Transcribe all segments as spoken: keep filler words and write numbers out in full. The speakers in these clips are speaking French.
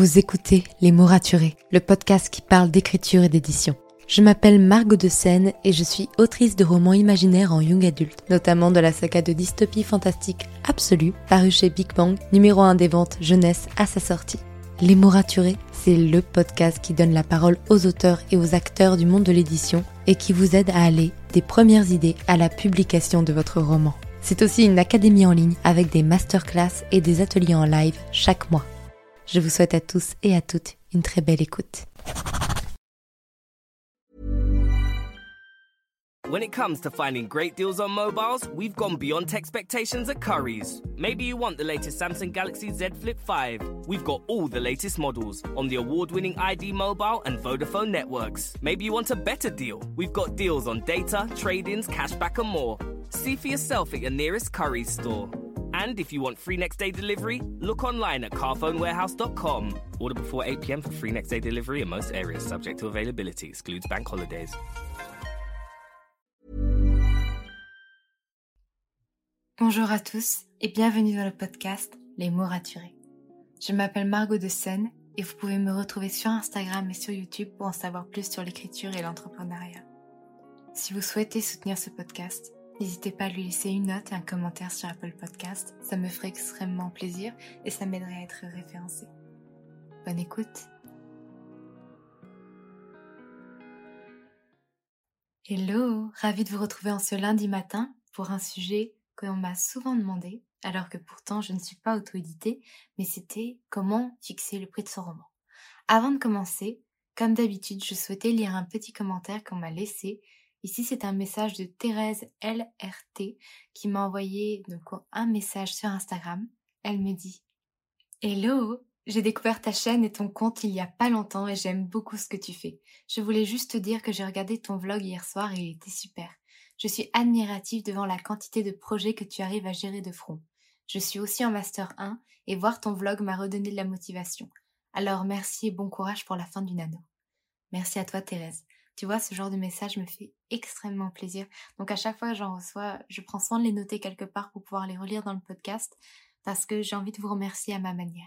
Vous écoutez Les mots raturés, le podcast qui parle d'écriture et d'édition. Je m'appelle Margot de Seine et je suis autrice de romans imaginaires en young adulte, notamment de la saga de dystopie fantastique Absolue, parue chez Big Bang, numéro un des ventes jeunesse à sa sortie. Les mots raturés, c'est le podcast qui donne la parole aux auteurs et aux acteurs du monde de l'édition et qui vous aide à aller des premières idées à la publication de votre roman. C'est aussi une académie en ligne avec des masterclass et des ateliers en live chaque mois. Je vous souhaite à tous et à toutes une très belle écoute. When it comes to finding great deals on mobiles, we've gone beyond expectations at Currys. Maybe you want the latest Samsung Galaxy Z Flip five. We've got all the latest models on the award-winning I D Mobile and Vodafone networks. Maybe you want a better deal. We've got deals on data, trade-ins, cashback and more. See for yourself at your nearest Currys store. And if you want free next day delivery, look online at carphone warehouse dot com. Order before eight p.m. for free next day delivery in most areas, subject to availability, excludes bank holidays. Bonjour à tous et bienvenue dans le podcast Les mots raturés. Je m'appelle Margot de Seine et vous pouvez me retrouver sur Instagram et sur YouTube pour en savoir plus sur l'écriture et l'entrepreneuriat. Si vous souhaitez soutenir ce podcast, n'hésitez pas à lui laisser une note et un commentaire sur Apple Podcast, ça me ferait extrêmement plaisir et ça m'aiderait à être référencé. Bonne écoute. Hello, ravie de vous retrouver en ce lundi matin pour un sujet qu'on m'a souvent demandé, alors que pourtant je ne suis pas auto-éditée, mais c'était comment fixer le prix de son roman. Avant de commencer, comme d'habitude, je souhaitais lire un petit commentaire qu'on m'a laissé. Ici, c'est un message de Thérèse L R T qui m'a envoyé donc, un message sur Instagram. Elle me dit « Hello, j'ai découvert ta chaîne et ton compte il y a pas longtemps et j'aime beaucoup ce que tu fais. Je voulais juste te dire que j'ai regardé ton vlog hier soir et il était super. Je suis admirative devant la quantité de projets que tu arrives à gérer de front. Je suis aussi en Master un et voir ton vlog m'a redonné de la motivation. Alors merci et bon courage pour la fin du nano. » Merci à toi Thérèse. Tu vois, ce genre de message me fait extrêmement plaisir. Donc à chaque fois que j'en reçois, je prends soin de les noter quelque part pour pouvoir les relire dans le podcast parce que j'ai envie de vous remercier à ma manière.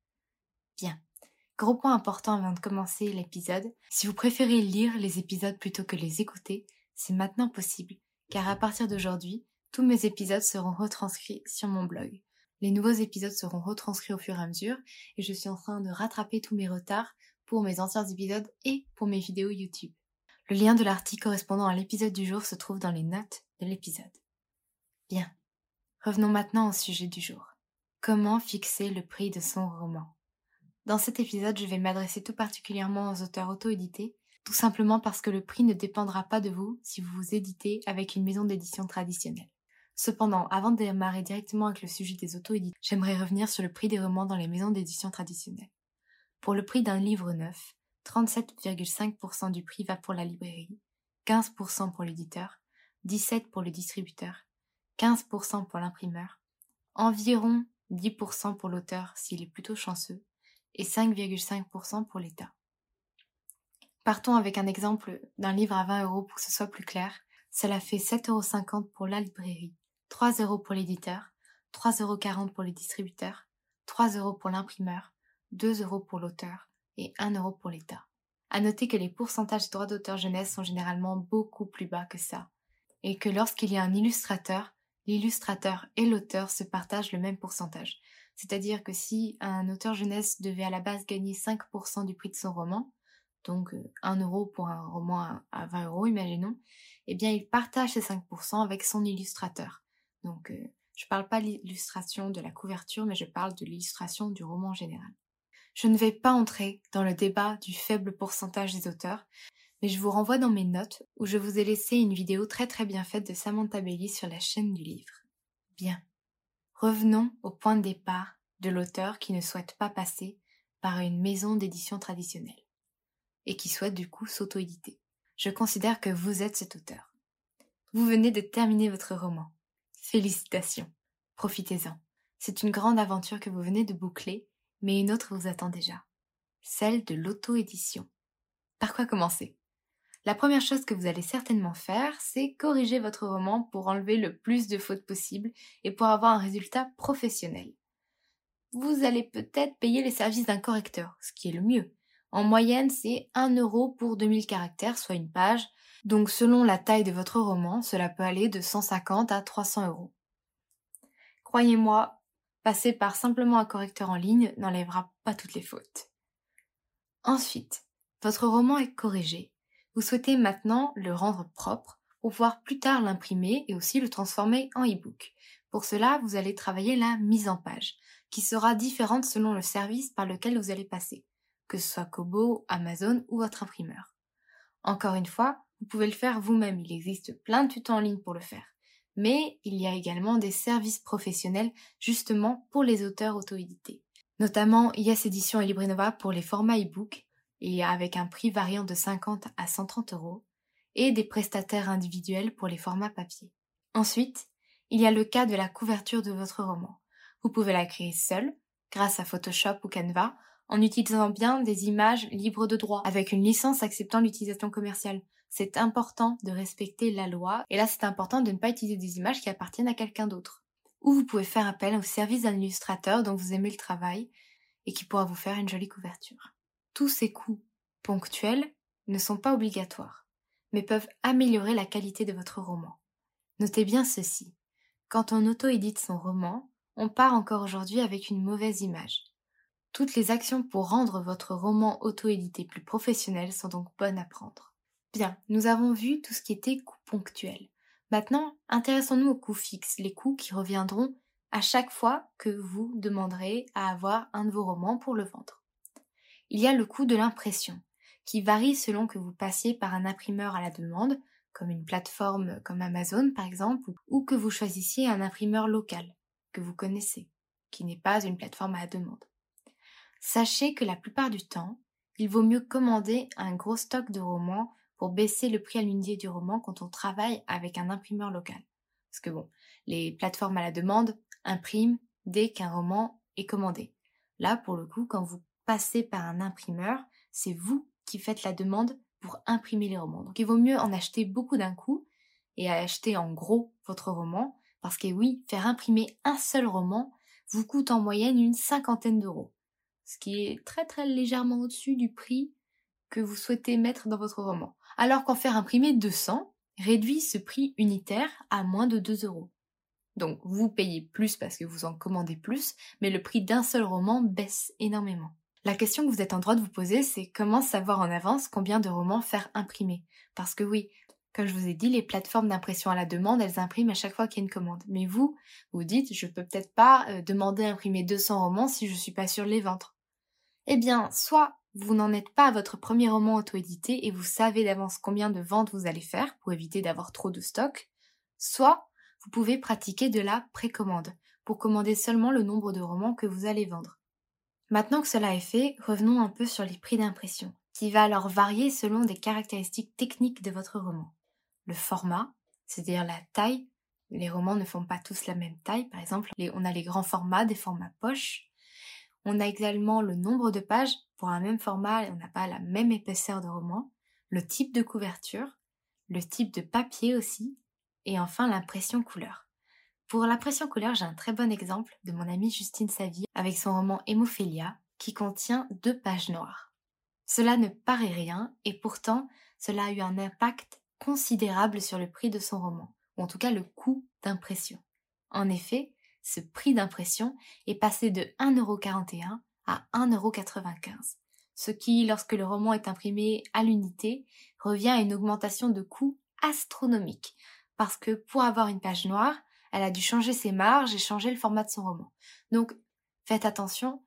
Bien. Gros point important avant de commencer l'épisode. Si vous préférez lire les épisodes plutôt que les écouter, c'est maintenant possible, car à partir d'aujourd'hui, tous mes épisodes seront retranscrits sur mon blog. Les nouveaux épisodes seront retranscrits au fur et à mesure, et je suis en train de rattraper tous mes retards pour mes anciens épisodes et pour mes vidéos YouTube. Le lien de l'article correspondant à l'épisode du jour se trouve dans les notes de l'épisode. Bien, revenons maintenant au sujet du jour. Comment fixer le prix de son roman ? Dans cet épisode, je vais m'adresser tout particulièrement aux auteurs auto-édités, tout simplement parce que le prix ne dépendra pas de vous si vous vous éditez avec une maison d'édition traditionnelle. Cependant, avant de démarrer directement avec le sujet des auto-édités, j'aimerais revenir sur le prix des romans dans les maisons d'édition traditionnelles. Pour le prix d'un livre neuf, trente-sept virgule cinq pour cent du prix va pour la librairie, quinze pour cent pour l'éditeur, dix-sept pour cent pour le distributeur, quinze pour cent pour l'imprimeur, environ dix pour cent pour l'auteur s'il est plutôt chanceux, et cinq virgule cinq pour cent pour l'État. Partons avec un exemple d'un livre à vingt euros pour que ce soit plus clair. Cela fait sept euros cinquante pour la librairie, trois euros pour l'éditeur, trois euros quarante pour les distributeurs, trois euros pour l'imprimeur, deux euros pour l'auteur et un euro pour l'État. À noter que les pourcentages de droits d'auteur jeunesse sont généralement beaucoup plus bas que ça, et que lorsqu'il y a un illustrateur, l'illustrateur et l'auteur se partagent le même pourcentage. C'est-à-dire que si un auteur jeunesse devait à la base gagner cinq pour cent du prix de son roman, donc un euro pour un roman à vingt euros, imaginons, eh bien il partage ces cinq pour cent avec son illustrateur. Donc euh, je ne parle pas de l'illustration de la couverture, mais je parle de l'illustration du roman en général. Je ne vais pas entrer dans le débat du faible pourcentage des auteurs, mais je vous renvoie dans mes notes où je vous ai laissé une vidéo très très bien faite de Samantha Bailey sur la chaîne du livre. Bien, revenons au point de départ de l'auteur qui ne souhaite pas passer par une maison d'édition traditionnelle et qui souhaite du coup s'auto-éditer. Je considère que vous êtes cet auteur. Vous venez de terminer votre roman. Félicitations, profitez-en. C'est une grande aventure que vous venez de boucler, mais une autre vous attend déjà. Celle de l'auto-édition. Par quoi commencer ? La première chose que vous allez certainement faire, c'est corriger votre roman pour enlever le plus de fautes possible et pour avoir un résultat professionnel. vous allez peut-être payer les services d'un correcteur, ce qui est le mieux. En moyenne, c'est un euro pour deux mille caractères, soit une page. Donc selon la taille de votre roman, cela peut aller de cent cinquante à trois cents euros. Croyez-moi, passer par simplement un correcteur en ligne n'enlèvera pas toutes les fautes. Ensuite, votre roman est corrigé. Vous souhaitez maintenant le rendre propre pour pouvoir plus tard l'imprimer et aussi le transformer en e-book. Pour cela, vous allez travailler la mise en page, qui sera différente selon le service par lequel vous allez passer, que ce soit Kobo, Amazon ou votre imprimeur. Encore une fois, vous pouvez le faire vous-même, il existe plein de tutos en ligne pour le faire. Mais il y a également des services professionnels justement pour les auteurs auto-édités. Notamment Yes Éditions et LibreNova pour les formats e-book et avec un prix variant de cinquante à cent trente euros et des prestataires individuels pour les formats papier. Ensuite, il y a le cas de la couverture de votre roman. Vous pouvez la créer seul, grâce à Photoshop ou Canva, en utilisant bien des images libres de droit, avec une licence acceptant l'utilisation commerciale. C'est important de respecter la loi, et là c'est important de ne pas utiliser des images qui appartiennent à quelqu'un d'autre. Ou vous pouvez faire appel au service d'un illustrateur dont vous aimez le travail et qui pourra vous faire une jolie couverture. Tous ces coûts ponctuels ne sont pas obligatoires, mais peuvent améliorer la qualité de votre roman. Notez bien ceci, quand on auto-édite son roman, on part encore aujourd'hui avec une mauvaise image. Toutes les actions pour rendre votre roman auto-édité plus professionnel sont donc bonnes à prendre. Bien, nous avons vu tout ce qui était coûts ponctuels. Maintenant, intéressons-nous aux coûts fixes, les coûts qui reviendront à chaque fois que vous demanderez à avoir un de vos romans pour le vendre. Il y a le coût de l'impression, qui varie selon que vous passiez par un imprimeur à la demande, comme une plateforme comme Amazon par exemple, ou que vous choisissiez un imprimeur local, que vous connaissez, qui n'est pas une plateforme à la demande. Sachez que la plupart du temps, il vaut mieux commander un gros stock de romans pour baisser le prix à l'unité du roman quand on travaille avec un imprimeur local. Parce que bon, les plateformes à la demande impriment dès qu'un roman est commandé. Là, pour le coup, quand vous passez par un imprimeur, c'est vous qui faites la demande pour imprimer les romans. Donc il vaut mieux en acheter beaucoup d'un coup et acheter en gros votre roman, parce que oui, faire imprimer un seul roman vous coûte en moyenne une cinquantaine d'euros, ce qui est très très légèrement au-dessus du prix que vous souhaitez mettre dans votre roman. Alors qu'en faire imprimer deux cents réduit ce prix unitaire à moins de deux euros. Donc vous payez plus parce que vous en commandez plus, mais le prix d'un seul roman baisse énormément. La question que vous êtes en droit de vous poser, c'est comment savoir en avance combien de romans faire imprimer. Parce que oui, comme je vous ai dit, les plateformes d'impression à la demande, elles impriment à chaque fois qu'il y a une commande. Mais vous, vous dites, je peux peut-être pas euh, demander à imprimer deux cents romans si je suis pas sûre de les vendre. Eh bien, soit vous n'en êtes pas à votre premier roman auto-édité et vous savez d'avance combien de ventes vous allez faire pour éviter d'avoir trop de stock, soit vous pouvez pratiquer de la précommande pour commander seulement le nombre de romans que vous allez vendre. Maintenant que cela est fait, revenons un peu sur les prix d'impression, qui va alors varier selon des caractéristiques techniques de votre roman. Le format, c'est-à-dire la taille, les romans ne font pas tous la même taille, par exemple, on a les grands formats, des formats poche. On a également le nombre de pages, pour un même format, on n'a pas la même épaisseur de roman, le type de couverture, le type de papier aussi, et enfin l'impression couleur. Pour l'impression couleur, j'ai un très bon exemple de mon amie Justine Savy avec son roman Hémophilia qui contient deux pages noires. Cela ne paraît rien et pourtant cela a eu un impact considérable sur le prix de son roman, ou en tout cas le coût d'impression. En effet, ce prix d'impression est passé de un euro quarante et un à un euro quatre-vingt-quinze, ce qui, lorsque le roman est imprimé à l'unité, revient à une augmentation de coût astronomique, parce que pour avoir une page noire, elle a dû changer ses marges et changer le format de son roman. Donc, faites attention,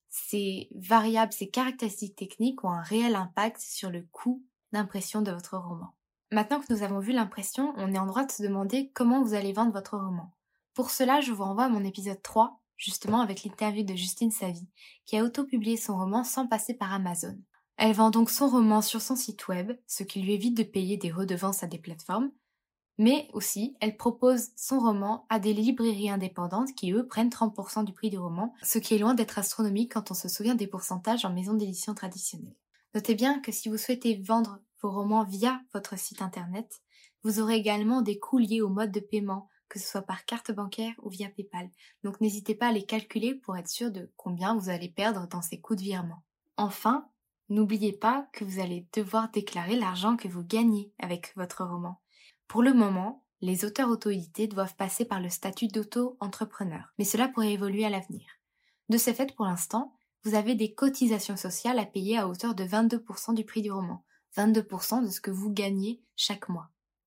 ces variables, ces caractéristiques techniques ont un réel impact sur le coût d'impression de votre roman. Maintenant que nous avons vu l'impression, on est en droit de se demander comment vous allez vendre votre roman. Pour cela, je vous renvoie à mon épisode trois, justement avec l'interview de Justine Savy, qui a auto-publié son roman sans passer par Amazon. Elle vend donc son roman sur son site web, ce qui lui évite de payer des redevances à des plateformes, mais aussi, elle propose son roman à des librairies indépendantes qui, eux, prennent trente pour cent du prix du roman, ce qui est loin d'être astronomique quand on se souvient des pourcentages en maison d'édition traditionnelle. Notez bien que si vous souhaitez vendre vos romans via votre site internet, vous aurez également des coûts liés au mode de paiement, que ce soit par carte bancaire ou via PayPal. Donc n'hésitez pas à les calculer pour être sûr de combien vous allez perdre dans ces coûts de virement. Enfin, n'oubliez pas que vous allez devoir déclarer l'argent que vous gagnez avec votre roman. Pour le moment, les auteurs auto-édités doivent passer par le statut d'auto-entrepreneur, mais cela pourrait évoluer à l'avenir. De ce fait, pour l'instant, vous avez des cotisations sociales à payer à hauteur de vingt-deux pour cent du prix du roman, vingt-deux pour cent de ce que vous gagnez chaque mois.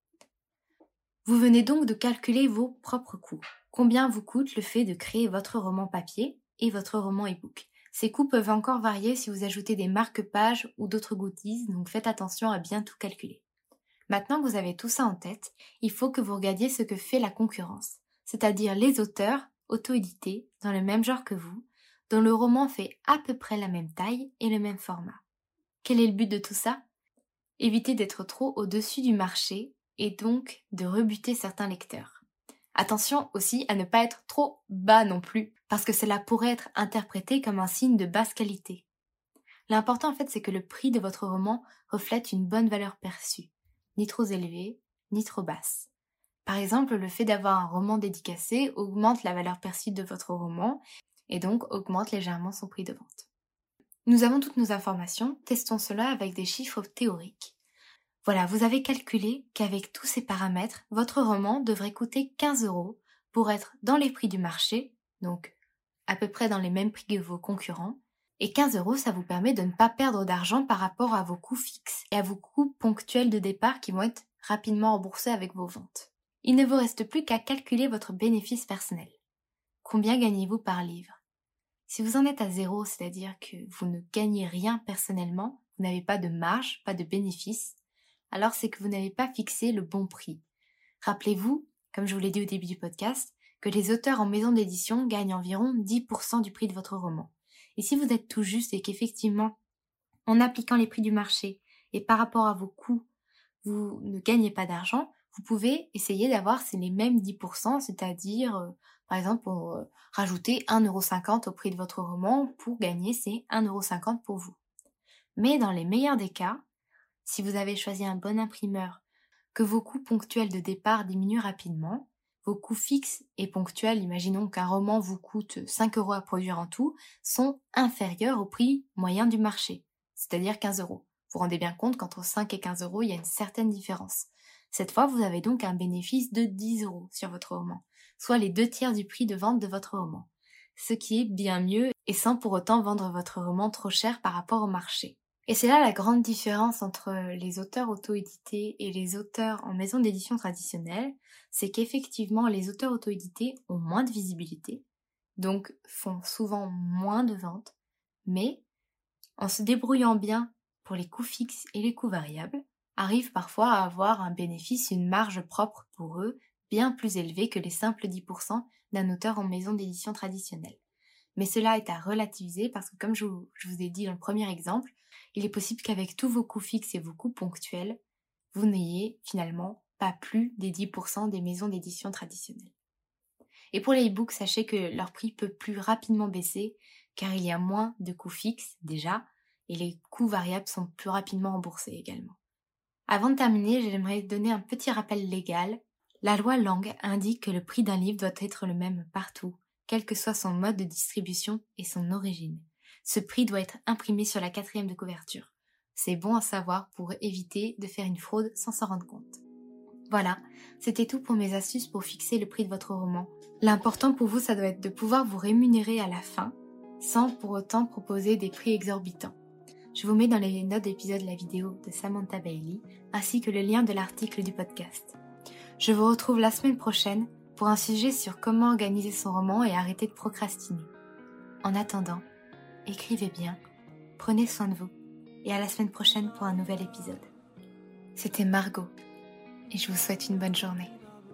Vous venez donc de calculer vos propres coûts. Combien vous coûte le fait de créer votre roman papier et votre roman e-book? Ces coûts peuvent encore varier si vous ajoutez des marque-pages ou d'autres goodies, donc faites attention à bien tout calculer. Maintenant que vous avez tout ça en tête, il faut que vous regardiez ce que fait la concurrence, c'est-à-dire les auteurs auto-édités dans le même genre que vous, dont le roman fait à peu près la même taille et le même format. Quel est le but de tout ça? Éviter d'être trop au-dessus du marché et donc de rebuter certains lecteurs. Attention aussi à ne pas être trop bas non plus, parce que cela pourrait être interprété comme un signe de basse qualité. L'important en fait c'est que le prix de votre roman reflète une bonne valeur perçue, ni trop élevée, ni trop basse. Par exemple, le fait d'avoir un roman dédicacé augmente la valeur perçue de votre roman et donc augmente légèrement son prix de vente. Nous avons toutes nos informations, testons cela avec des chiffres théoriques. Voilà, vous avez calculé qu'avec tous ces paramètres, votre roman devrait coûter quinze euros pour être dans les prix du marché, donc à peu près dans les mêmes prix que vos concurrents, et quinze euros, ça vous permet de ne pas perdre d'argent par rapport à vos coûts fixes et à vos coûts ponctuels de départ qui vont être rapidement remboursés avec vos ventes. Il ne vous reste plus qu'à calculer votre bénéfice personnel. Combien gagnez-vous par livre? Si vous en êtes à zéro, c'est-à-dire que vous ne gagnez rien personnellement, vous n'avez pas de marge, pas de bénéfice, alors c'est que vous n'avez pas fixé le bon prix. Rappelez-vous, comme je vous l'ai dit au début du podcast, que les auteurs en maison d'édition gagnent environ dix pour cent du prix de votre roman. Et si vous êtes tout juste et qu'effectivement, en appliquant les prix du marché et par rapport à vos coûts, vous ne gagnez pas d'argent, vous pouvez essayer d'avoir les mêmes dix pour cent, c'est-à-dire, euh, par exemple, pour, euh, rajouter un euro cinquante au prix de votre roman pour gagner ces un euro cinquante pour vous. Mais dans les meilleurs des cas, si vous avez choisi un bon imprimeur, que vos coûts ponctuels de départ diminuent rapidement, vos coûts fixes et ponctuels, imaginons qu'un roman vous coûte cinq euros à produire en tout, sont inférieurs au prix moyen du marché, c'est-à-dire quinze euros. Vous vous rendez bien compte qu'entre cinq et quinze euros, il y a une certaine différence. Cette fois, vous avez donc un bénéfice de dix euros sur votre roman, soit les deux tiers du prix de vente de votre roman, ce qui est bien mieux et sans pour autant vendre votre roman trop cher par rapport au marché. Et c'est là la grande différence entre les auteurs auto-édités et les auteurs en maison d'édition traditionnelle, c'est qu'effectivement les auteurs auto-édités ont moins de visibilité, donc font souvent moins de ventes, mais en se débrouillant bien pour les coûts fixes et les coûts variables, arrivent parfois à avoir un bénéfice, une marge propre pour eux, bien plus élevée que les simples dix pour cent d'un auteur en maison d'édition traditionnelle. Mais cela est à relativiser parce que comme je vous, je vous ai dit dans le premier exemple, il est possible qu'avec tous vos coûts fixes et vos coûts ponctuels, vous n'ayez finalement pas plus des dix pour cent des maisons d'édition traditionnelles. Et pour les e-books, sachez que leur prix peut plus rapidement baisser car il y a moins de coûts fixes déjà et les coûts variables sont plus rapidement remboursés également. Avant de terminer, j'aimerais donner un petit rappel légal. La loi Lang indique que le prix d'un livre doit être le même partout, quel que soit son mode de distribution et son origine. Ce prix doit être imprimé sur la quatrième de couverture. C'est bon à savoir pour éviter de faire une fraude sans s'en rendre compte. Voilà, c'était tout pour mes astuces pour fixer le prix de votre roman. L'important pour vous, ça doit être de pouvoir vous rémunérer à la fin, sans pour autant proposer des prix exorbitants. Je vous mets dans les notes d'épisode la vidéo de Samantha Bailey, ainsi que le lien de l'article du podcast. Je vous retrouve la semaine prochaine pour un sujet sur comment organiser son roman et arrêter de procrastiner. En attendant, écrivez bien, prenez soin de vous, et à la semaine prochaine pour un nouvel épisode. C'était Margot, et je vous souhaite une bonne journée.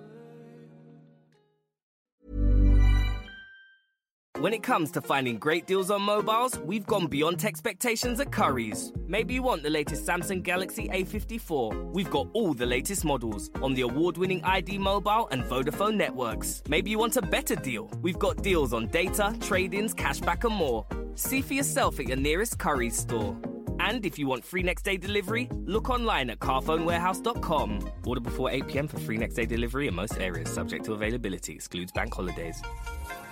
When it comes to finding great deals on mobiles, we've gone beyond expectations at Currys. Maybe you want the latest Samsung Galaxy A fifty-four. We've got all the latest models on the award-winning I D Mobile and Vodafone networks. Maybe you want a better deal. We've got deals on data, trade-ins, cashback and more. See for yourself at your nearest Currys store. And if you want free next day delivery, look online at carphone warehouse dot com. Order before eight p.m. for free next day delivery in most areas, subject to availability, excludes bank holidays.